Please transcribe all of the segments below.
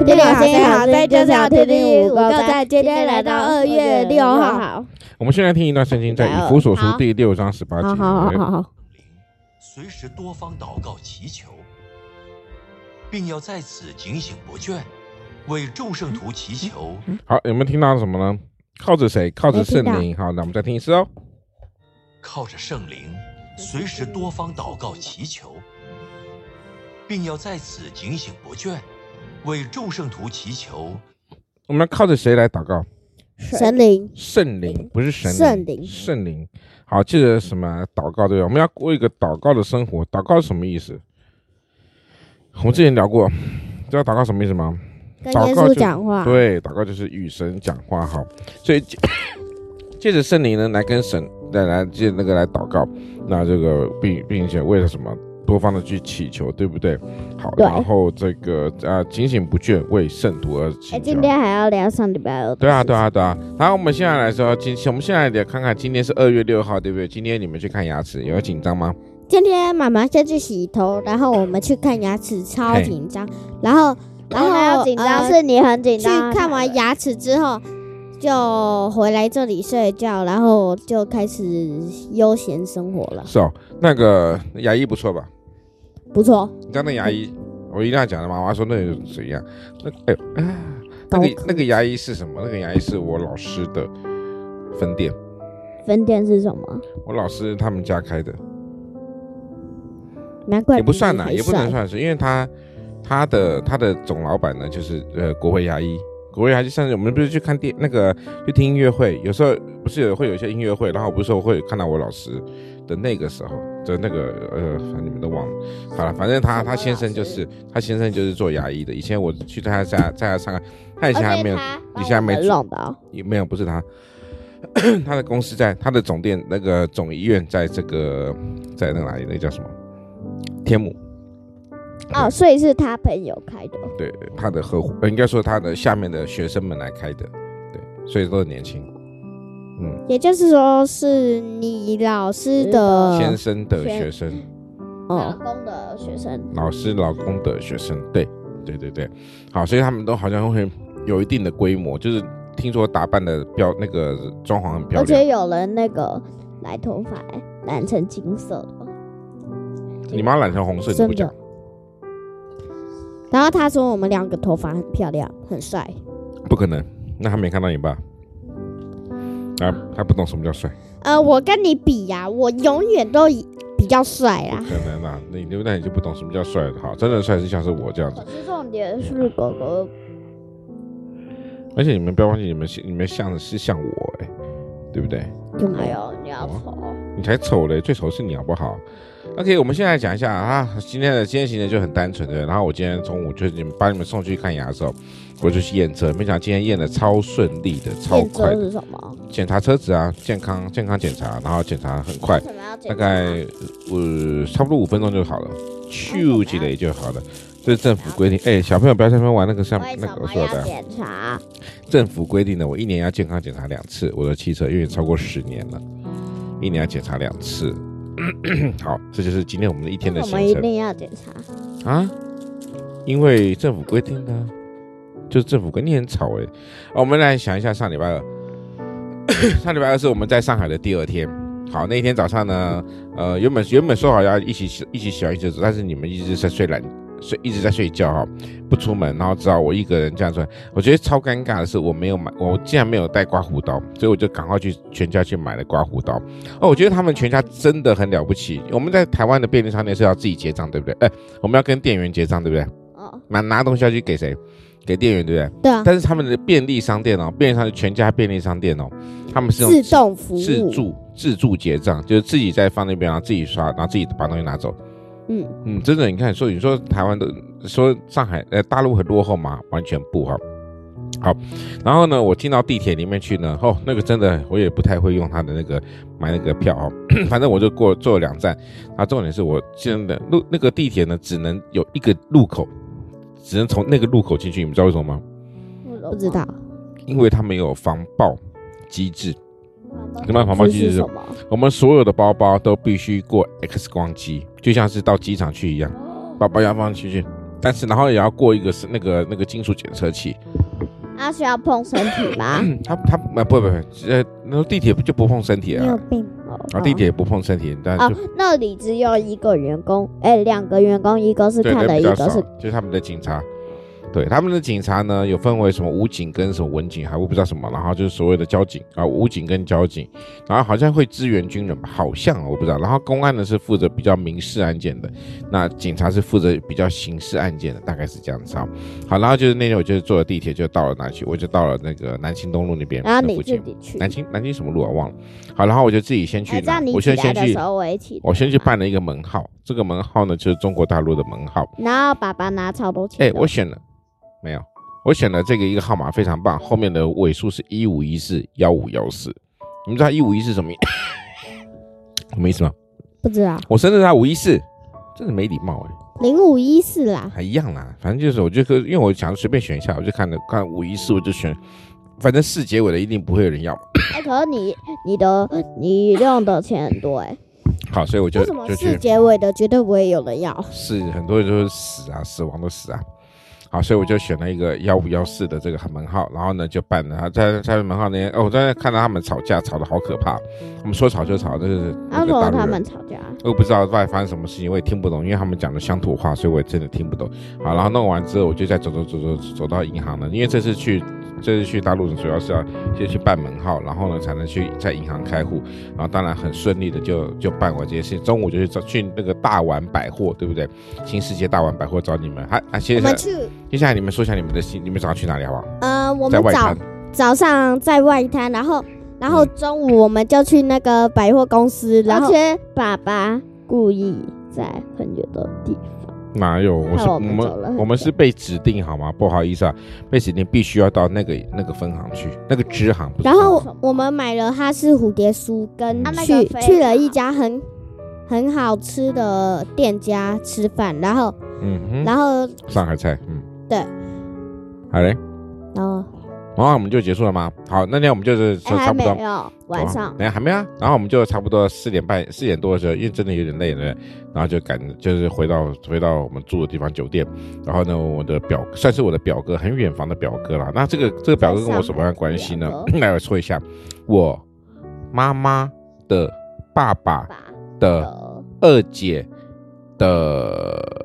听好听好，这就是要听听5个赞。今天来到2月6号， 我们现在听一段圣经，在以弗所书第6章18节。 好。 随时多方祷告祈求，并要在此警醒不倦，为众圣徒祈求。 好，有没有听到什么呢？靠着谁？靠着圣灵。好，那我们再听一次哦。 靠着圣灵，随时多方祷告祈求，并要在此警醒不倦，为众圣徒祈求。 我们要靠着谁来祷告？ 神灵， 圣灵，不是神灵， 圣灵， 圣灵。好，记得什么祷告对吧？我们要过一个祷告的生活。祷告是什么意思？我们之前聊过，知道祷告什么意思吗？ 跟耶稣讲话。 对，祷告就是与神讲话。好，所以借着圣灵呢来跟神来借那个来祷告，那这个并且为了什么？多方的去祈求，对不对？好，然后这个警醒不倦，为圣徒而祈求。 今天还要聊上礼拜2。 对啊。然后我们现在来说，我们现在来看看，今天是2月6号，对不对？今天你们去看牙齿，有紧张吗？ 今天妈妈先去洗头，然后我们去看牙齿，超紧张。然后紧张是你很紧张。 去看完牙齿之后，就回来这里睡觉，然后就开始悠闲生活了。 是哦，那个牙医不错吧？ 不错。 你知道那牙医，我一定要讲的，妈妈说那个怎样？那个牙医是什么？那个牙医是我老师的分店。 分店是什么？ 我老师他们家开的。 难怪也不算啦，也不能算是，因为他的总老板呢，就是国会牙医。国会牙医上次我们不是去看去听音乐会，有时候不是会有一些音乐会，然后不是会看到我老师的那个时候的那个你们都忘了。好了，反正他先生就是做牙医的。以前我去在他上，他以前还没有，以前还没也没有，不是他。他的公司在他的总店那个总医院在那哪里？那叫什么？天母。 哦，所以是他朋友开的。 对，他的合伙，应该说他的下面的学生们来开的。对，所以都很年轻。 也就是说是你老师的先生的学生， 老公的学生， 老公的学生。对。好，所以他们都好像会有一定的规模，就是听说打扮的那个装潢很漂亮， 而且有人那个染头发染成金色的。 你妈染成红色，你不讲。 然后他说我们2个头发很漂亮，很帅。 不可能，那他没看到你吧？他不懂什么叫帅。 我跟你比呀，我永远都比较帅啦。 不可能啦，那你就不懂什么叫帅。好，真的帅是像是我这样子。 可是重点是哥哥。 而且你们不要忘记，你们像的是像我对不对？ 就没有，你要丑。 你才丑嘞，最丑是你好不好？ OK， 我们现在讲一下今天行程就很单纯的。然后我今天中午就是把你们送去看牙的时候，我就去验车，没想到今天验的超顺利的，超快的。验车是什么？ 检查车子啊，健康检查，然后检查很快，大概差不多5分钟就好了，咻起来就好了。这是政府规定，小朋友不要在那边玩那个像那个说的。 检查。 政府规定的，我1年要健康检查2次，我的汽车因为超过10年了，1年要检查2次。好，这就是今天我们的一天的行程。 我们一定要检查啊？因为政府规定的，就是政府规定很吵我们来想一下上礼拜2，上礼拜2是我们在上海的第2天。好，那一天早上呢，原本说好要一起洗完车子，但是你们一直在一直在睡觉不出门，然后只好我一个人这样出来。我觉得超尴尬的是，我竟然没有带刮胡刀，所以我就赶快去全家去买了刮胡刀。我觉得他们全家真的很了不起。我们在台湾的便利商店是要自己结账，对不对？我们要跟店员结账，对不对？拿东西要去给谁？给店员，对不对？ 对啊。 但是他们的便利商店全家便利商店他们是用自动服务自助结账，就是自己再放那边，然后自己刷，然后自己把东西拿走。真的，你看，你说台湾的，说上海大陆很落后嘛，完全不好。然后呢，我进到地铁里面去呢，那个真的我也不太会用他的那个买那个票反正我就坐了2站。然后重点是我现在的那个地铁呢，只能有一个路口，只能从那个路口进去。你们知道为什么吗？ 不知道。 因为它没有防爆机制。什么防爆机制？ 是什么？ 我们所有的包包都必须过 X 光机，就像是到机场去一样，把包要放进去， 但是然后也要过一个是那个金属检测器。 他需要碰身体吗？ 他不，那地铁就不碰身体啊。 你有病啊，地铁也不碰身体，但就那里只有一个员工，2个员工，一个是看的，一个是就是他们的警察。对，他们的警察呢有分为什么武警跟什么文警，还我不知道什么，然后就是所谓的交警啊，武警跟交警，然后好像会支援军人吧，好像我不知道。然后公安呢是负责比较民事案件的，那警察是负责比较刑事案件的，大概是这样子啊。好，然后就是那天我就是坐了地铁就到了哪去，我就到了那个南清东路那边， 然后你自己去南京什么路啊忘了。好，然后我就自己先去拿，我先去，我先去办了一个门号，这个门号呢就是中国大陆的门号。 然后爸爸拿超多钱， 我选了。没有，我选了这个一个号码非常棒，后面的尾数是15141514。你们知道1514什么什么意思吗？ 不知道。 我生日他514，真的没礼貌 0514啦， 还一样啦。反正就是我就因为我想随便选一下，我就看514，我就选，反正4结尾的一定不会有人要。 可是你用的钱很多好，所以我就为什么4结尾的绝对不会有人要？ 是很多人都是死亡的死啊。好，所以我就选了一个1514的这个门号，然后呢就办了。在门号那天，我在看到他们吵架，吵得好可怕。他们说吵就吵，这是为什么他们吵架？ 我不知道发生什么事情，我也听不懂，因为他们讲的乡土话，所以我也真的听不懂。好，然后弄完之后，我就再走到银行了，因为这次去大陆，主要是要先去办门号，然后呢才能去在银行开户。然后当然很顺利的就办完这些事。中午就去那个大丸百货，对不对？新世界大丸百货找你们。接下来你们说一下你们早上去哪里好不好？ 我们早上在外滩，然后中午我们就去那个百货公司，然后爸爸故意在很远的地方。 哪有？我们是被指定好吗？不好意思啊，被指定必须要到那个分行去，那个支行。 然后我们买了哈士蝴蝶酥，跟去了一家很好吃的店家吃饭，然后上海菜， 对， 好嘞， 然后我们就结束了吗？好，那天我们就是差不多还没有晚上， 还没啊。然后我们就差不多4点多的时候，因为真的有点累了，然后就是回到我们住的地方酒店。然后呢，算是我的表哥，很远房的表哥啦。那这个表哥跟我什么样的关系呢？来我说一下，我妈妈的爸爸的二姐的。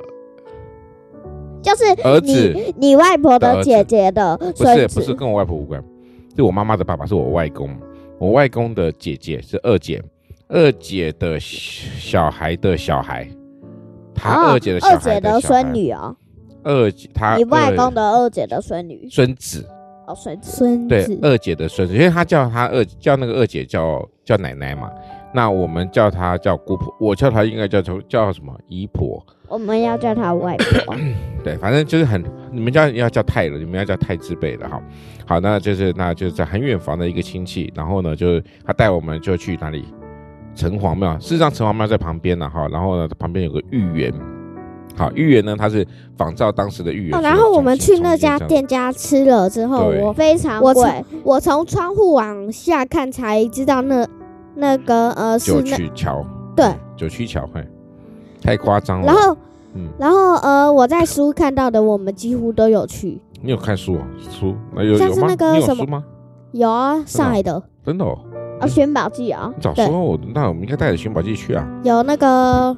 就是儿子， 你外婆的姐姐的孙子， 不是跟我外婆无关，是我妈妈的爸爸，是我外公，我外公的姐姐是二姐的小孩的小孩，他二姐的小孩的小孩， 二姐的孙女哦，你外公的二姐的孙女， 孙子， 孙子， 对，二姐的孙子，因为他叫那个二姐叫奶奶嘛，那我们叫她叫姑婆，我叫她应该叫什么姨婆。 我们要叫他外婆， 对，反正就是你们要叫太了，你们要叫太之辈的哈。好，那就是在很远房的一个亲戚，然后呢，就是他带我们就去哪里？城隍庙，事实上城隍庙在旁边呢哈，然后呢旁边有个御园，好，御园呢它是仿照当时的御园。 然后我们去那家店家吃了之后，我非常贵， 我从窗户往下看才知道那个是九曲桥， 对， 九曲桥，嘿。太夸张了。 然后我在书看到的，我们几乎都有去。 你有看书有像是那个什么吗？ 有啊，上海的。 真的哦。 轩宝记啊。 你早说，那我们应该带着轩宝记去啊。 有那个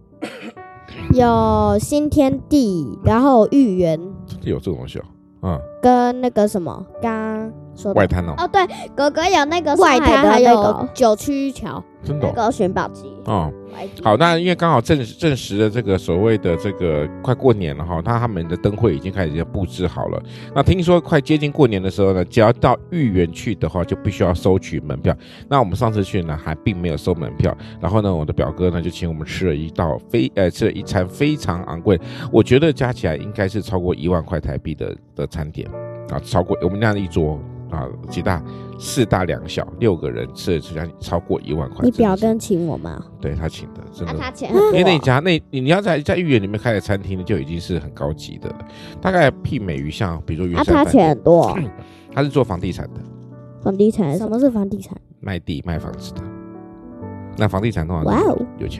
有新天地，然后御园。 真的有这种东西哦。 跟那个什么刚说的外滩哦。 哦，对，哥哥有那个外滩，还有九曲桥。 真的。 那个轩宝记。 好，那因为刚好证实了这个所谓的这个快过年了哈，他们的灯会已经开始布置好了。那听说快接近过年的时候呢，只要到御园去的话，就必须要收取门票。那我们上次去呢，还并没有收门票。然后呢，我的表哥呢就请我们吃了一餐非常昂贵，我觉得加起来应该是超过1万块台币的餐点啊，超过我们那样一桌。几大4大2小6个人吃了超过1万块。 你表哥请我吗？ 对，他请的，真的。 他钱很多。 因为那家你要在御园里面开的餐厅就已经是很高级的了，大概媲美于像比如说圆山饭店。 他钱很多。 他是做房地产的。 房地产？什么是房地产？ 卖地卖房子的。那房地产通常是有钱人。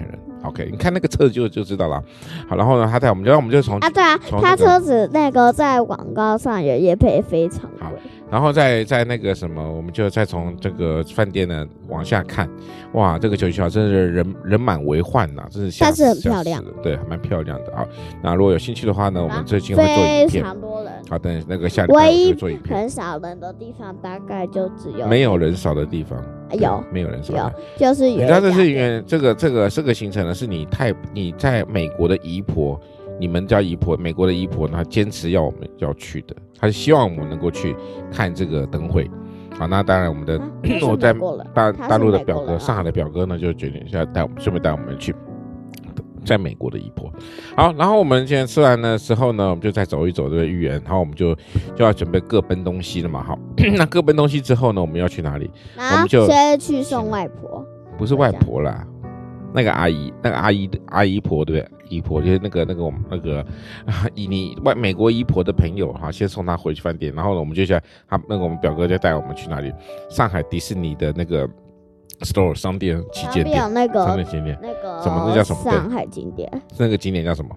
OK， 你看那个车就知道了。好，然后呢，他带我们就从对啊，他车子那个在广告上有业配非常贵。 然后在那个什么，我们就再从这个饭店呢往下看，哇，这个球球真是人满为患呐，真是但是很漂亮， 对，还蛮漂亮的。好，那如果有兴趣的话呢，我们最近会做影片， 非常多人。 好，等那个下礼拜我就做影片。 很少人的地方大概就只有没有人少的地方没有人少的， 就是你知道这是因为这个行程呢，是你在美国的姨婆。你们叫姨婆，美国的姨婆呢，她坚持要我们要去的，她希望我们能够去看这个灯会。好，那当然我们的我在大陆的表哥，上海的表哥呢，就决定要顺便带我们去在美国的姨婆。好，然后我们现在吃完的时候呢，我们就再走一走这个豫园，然后我们就要准备各奔东西了嘛。好，那各奔东西之后呢，我们要去哪里？我们就先去送外婆， 不是外婆啦。那个阿姨婆对不对？姨婆就是那个我们那个美国姨婆的朋友哈，先送她回去饭店，然后呢，我们就下我们表哥就带我们去哪里？上海迪士尼的那个 store 商店旗舰店， 那个商店旗舰店，什么那叫什么？ 上海景点， 那个景点叫什么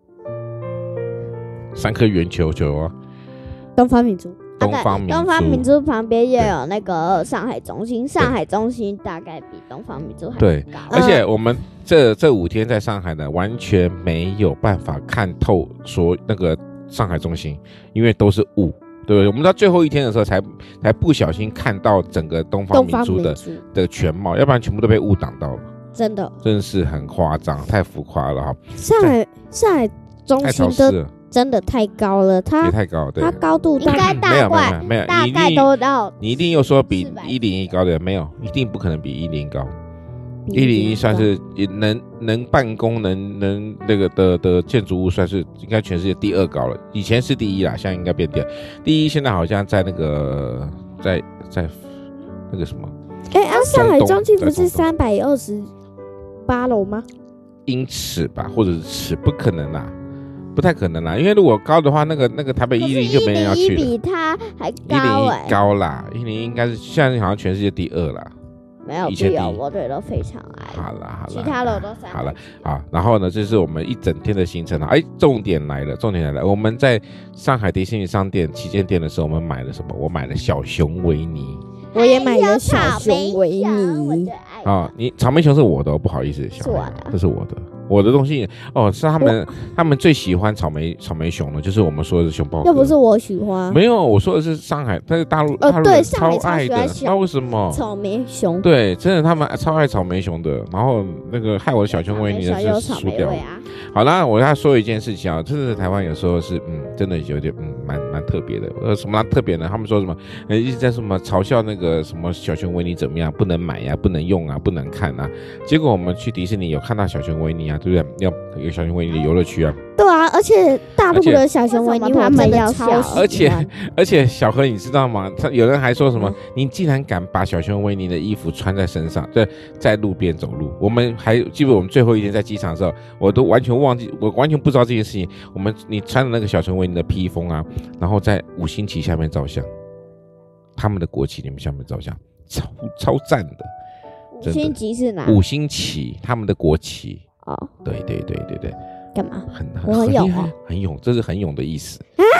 ？3颗圆球啊， 东方明珠。 东方明珠旁边也有那个上海中心，上海中心大概比东方明珠还高。 对，而且我们这5天在上海呢，完全没有办法看透说那个上海中心，因为都是雾，对不对？我们到最后一天的时候才不小心看到整个东方明珠的全貌，要不然全部都被雾挡到了。 真的是很夸张，太浮夸了哈！ 上海中心的真的太高了，它也太高，对， 它高度应该大概都到， 你一定又说比101高的，没有，一定不可能比101高。101算是能办公能那个的建筑物，算是应该全世界第2高了。以前是第1啦，现在应该变第1。现在好像在那个在那个什么？ 上海中心不是328楼吗？ 英尺吧，或者是尺，不可能啦。不太可能啦，因为如果高的话，那个台北101就没人要去了。 比它还高 101高啦，101应该是现在好像全世界第2啦。 没有，以前我对都非常矮。 好了， 其他的都3。 好了，好，然后呢，这是我们一整天的行程了。重点来了，我们在上海迪士尼商店旗舰店的时候，我们买了什么？我买了小熊维尼。 我也买了小熊维尼。 你草莓熊是我的，不好意思，这是我的。我的东西是他们最喜欢草莓熊的，就是我们说的熊抱。 又不是我喜欢， 没有，我说的是上海，但是大陆对人超爱的，那为什么？ 草莓熊， 对，真的他们超爱草莓熊的，然后那个害我的小熊维尼的是输掉。好啦，我要说一件事情啊，真的是台湾有时候是真的有点蛮特别的。什么特别呢？他们说什么一直在什么嘲笑那个什么小熊维尼怎么样，不能买呀，不能用啊，不能看啊。结果我们去迪士尼有看到小熊维尼啊，对不对？要有小熊维尼的游乐区啊。 对啊，而且大陆的小熊维尼他们要超喜欢，而且小何你知道吗？有人还说什么，你竟然敢把小熊维尼的衣服穿在身上，在路边走路。我们还记得我们最后一天在机场的时候，我都完全忘记，我完全不知道这件事情。你穿的那个小熊维尼的披风啊，然后在5星旗下面照相，他们的国旗你们下面照相，超赞的。 5星旗是哪？ 5星旗，他们的国旗。对。 干嘛？ 我很勇很勇，这是很勇的意思。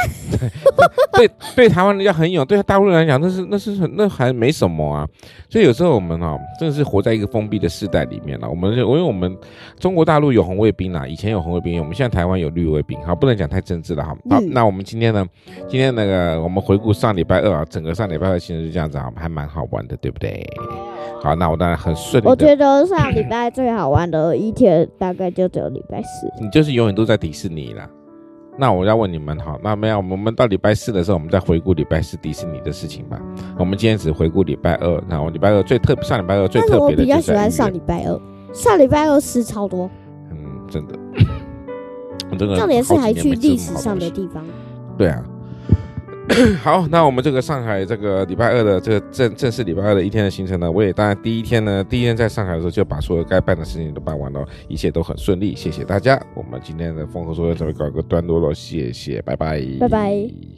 对台湾人家很勇，对大陆人来讲那还没什么啊。所以有时候我们真的是活在一个封闭的世代里面了。因为我们中国大陆有红卫兵啦，以前有红卫兵，我们现在台湾有绿卫兵。好，不能讲太政治了哈。好，那我们今天那个我们回顾上礼拜2啊，整个上礼拜2行程就这样子啊，还蛮好玩的，对不对？好，那我当然很顺利。 我觉得上礼拜最好玩的一天大概就只有礼拜4。 你就是永远都在迪士尼啦。那我要问你们，好，那没有，我们到礼拜4的时候，我们再回顾礼拜4迪士尼的事情吧。我们今天只回顾礼拜2，然后礼拜2上礼拜2最特别的就是。但是我比较喜欢上礼拜2，上礼拜2吃超多。 真的。 重点是还去历史上的地方。 对啊。好，那我们这个上海这个礼拜2的这个正式礼拜2的一天的行程呢，我也当然第一天在上海的时候就把所有该办的事情都办完了，一切都很顺利，谢谢大家。我们今天的风和说准备告一个段落了，谢谢，拜拜， 拜拜。